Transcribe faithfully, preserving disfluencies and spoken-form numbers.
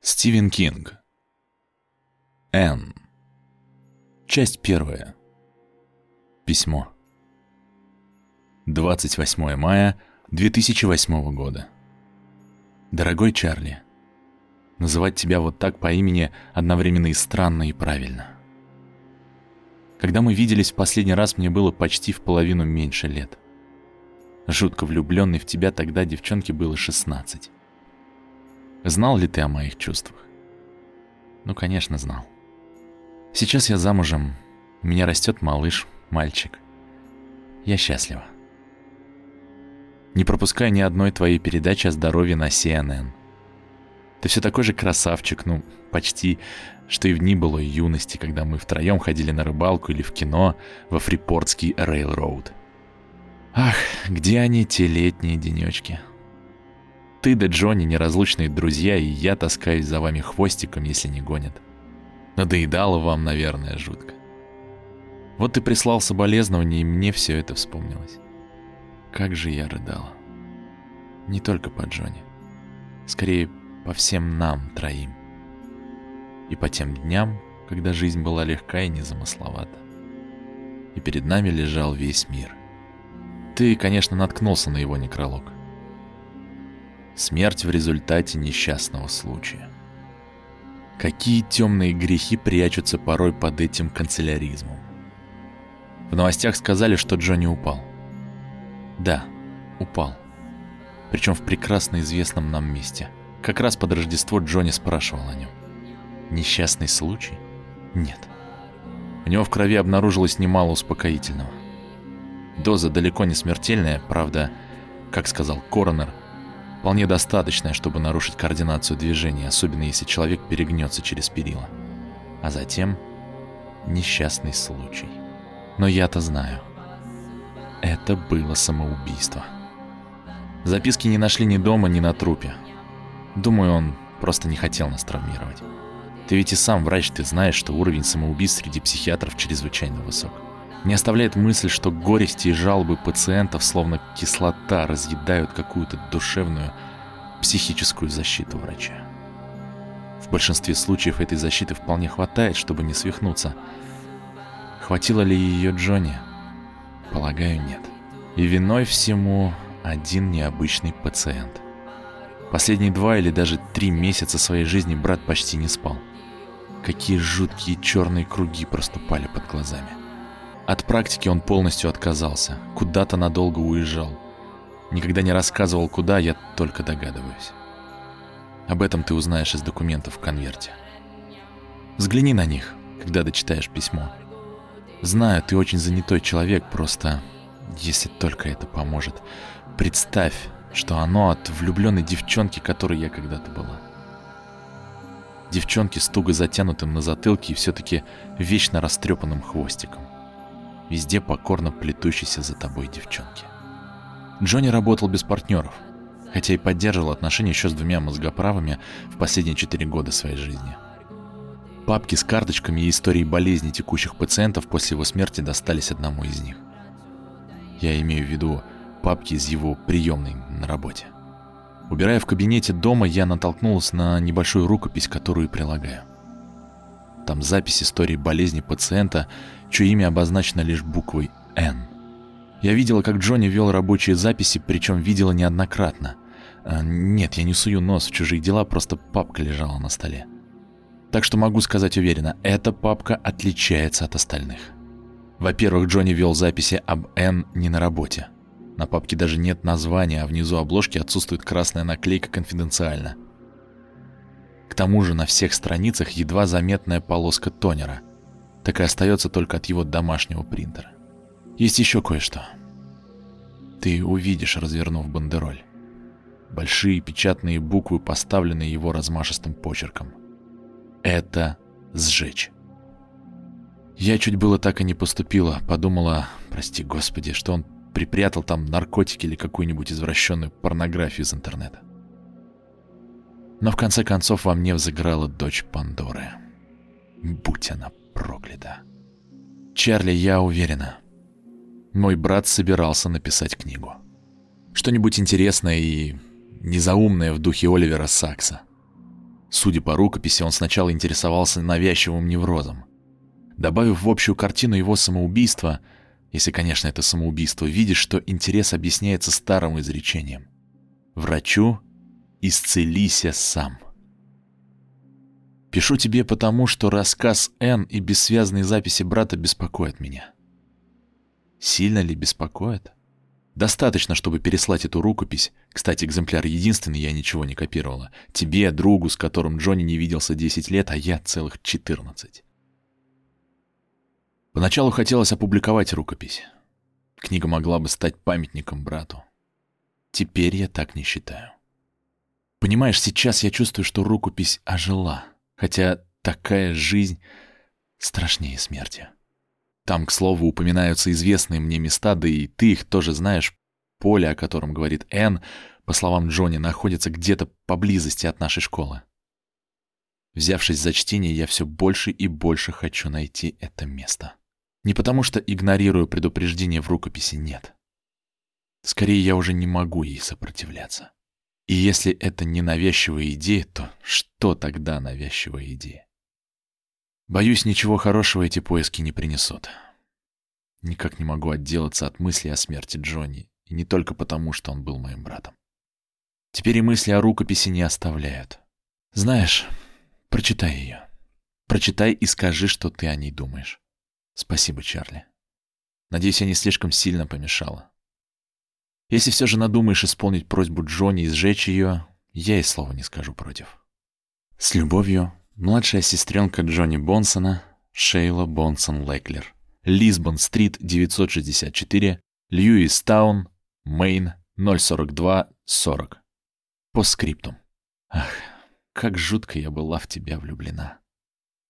Стивен Кинг. Энн. Часть первая. Письмо. двадцать восьмое мая две тысячи восьмого года. Дорогой Чарли, называть тебя вот так по имени одновременно и странно, и правильно. Когда мы виделись в последний раз, мне было почти в половину меньше лет. Жутко влюбленный в тебя тогда девчонке было шестнадцать. Знал ли ты о моих чувствах? Ну, конечно, знал. Сейчас я замужем, у меня растет малыш, мальчик. Я счастлива. Не пропускай ни одной твоей передачи о здоровье на Си Эн Эн. Ты все такой же красавчик, ну, почти, что и в дни былой юности, когда мы втроем ходили на рыбалку или в кино во Фрипортский Рейлроуд. Ах, где они, те летние денечки? Ты да Джонни неразлучные друзья, и я таскаюсь за вами хвостиком, если не гонят. Надоедало вам, наверное, жутко. Вот ты прислал соболезнования, и мне все это вспомнилось. Как же я рыдала. Не только по Джонни. Скорее, по всем нам троим. И по тем дням, когда жизнь была легка и незамысловата. И перед нами лежал весь мир. Ты, конечно, наткнулся на его некролог. Смерть в результате несчастного случая. Какие темные грехи прячутся порой под этим канцеляризмом. В новостях сказали, что Джонни упал. Да, упал. Причем в прекрасно известном нам месте. Как раз под Рождество Джонни спрашивал о нем. Несчастный случай? Нет. У него в крови обнаружилось немало успокоительного. Доза далеко не смертельная, правда, как сказал коронер, вполне достаточная, чтобы нарушить координацию движения, особенно если человек перегнется через перила. А затем несчастный случай. Но я-то знаю. Это было самоубийство. Записки не нашли ни дома, ни на трупе. Думаю, он просто не хотел нас травмировать. Ты ведь и сам врач, ты знаешь, что уровень самоубийств среди психиатров чрезвычайно высок. Не оставляет мысль, что горести и жалобы пациентов, словно кислота, разъедают какую-то душевную, психическую защиту врача. В большинстве случаев этой защиты вполне хватает, чтобы не свихнуться. Хватило ли ее Джонни? Полагаю, нет. И виной всему один необычный пациент. Последние два или даже три месяца своей жизни брат почти не спал. Какие жуткие черные круги проступали под глазами. От практики он полностью отказался, куда-то надолго уезжал. Никогда не рассказывал, куда, я только догадываюсь. Об этом ты узнаешь из документов в конверте. Взгляни на них, когда дочитаешь письмо. Знаю, ты очень занятой человек, просто, если только это поможет, представь, что оно от влюбленной девчонки, которой я когда-то была. Девчонки с туго затянутым на затылке и все-таки вечно растрепанным хвостиком. Везде покорно плетущейся за тобой девчонки. Джонни работал без партнеров, хотя и поддерживал отношения еще с двумя мозгоправами в последние четыре года своей жизни. Папки с карточками и историей болезней текущих пациентов после его смерти достались одному из них. Я имею в виду папки из его приемной на работе. Убирая в кабинете дома, я натолкнулся на небольшую рукопись, которую прилагаю. Там запись истории болезни пациента, чье имя обозначено лишь буквой «Н». Я видела, как Джонни вел рабочие записи, причем видела неоднократно. Нет, я не сую нос в чужие дела, просто папка лежала на столе. Так что могу сказать уверенно, эта папка отличается от остальных. Во-первых, Джонни вел записи об Н не на работе. На папке даже нет названия, а внизу обложки отсутствует красная наклейка «Конфиденциально». К тому же на всех страницах едва заметная полоска тонера. Так и остается только от его домашнего принтера. Есть еще кое-что. Ты увидишь, развернув бандероль. Большие печатные буквы, поставленные его размашистым почерком. Это сжечь. Я чуть было так и не поступила. Подумала, прости господи, что он припрятал там наркотики или какую-нибудь извращенную порнографию из интернета. Но в конце концов во мне взыграла дочь Пандоры. Будь она проклята. Чарли, я уверена, мой брат собирался написать книгу. Что-нибудь интересное и незаумное в духе Оливера Сакса. Судя по рукописи, он сначала интересовался навязчивым неврозом. Добавив в общую картину его самоубийства, если, конечно, это самоубийство, видишь, что интерес объясняется старым изречением: «Врачу исцелися сам». Пишу тебе потому, что рассказ Энн и бессвязные записи брата беспокоят меня. Сильно ли беспокоят? Достаточно, чтобы переслать эту рукопись. Кстати, экземпляр единственный, я ничего не копировала. Тебе, другу, с которым Джонни не виделся десять лет, а я целых четырнадцать. Поначалу хотелось опубликовать рукопись. Книга могла бы стать памятником брату. Теперь я так не считаю. Понимаешь, сейчас я чувствую, что рукопись ожила, хотя такая жизнь страшнее смерти. Там, к слову, упоминаются известные мне места, да и ты их тоже знаешь. Поле, о котором говорит Энн, по словам Джонни, находится где-то поблизости от нашей школы. Взявшись за чтение, я все больше и больше хочу найти это место. Не потому что игнорирую предупреждение в рукописи, нет. Скорее, я уже не могу ей сопротивляться. И если это не навязчивая идея, то что тогда навязчивая идея? Боюсь, ничего хорошего эти поиски не принесут. Никак не могу отделаться от мысли о смерти Джонни, и не только потому, что он был моим братом. Теперь и мысли о рукописи не оставляют. Знаешь, прочитай ее. Прочитай и скажи, что ты о ней думаешь. Спасибо, Чарли. Надеюсь, я не слишком сильно помешала. Если все же надумаешь исполнить просьбу Джонни и сжечь ее, я и слова не скажу против. С любовью, младшая сестренка Джонни Бонсона, Шейла Бонсон-Леклер. Лисбон-стрит, девятьсот шестьдесят четыре, Льюистаун, Мэйн, ноль сорок два сорок. По скриптум. Ах, как жутко я была в тебя влюблена.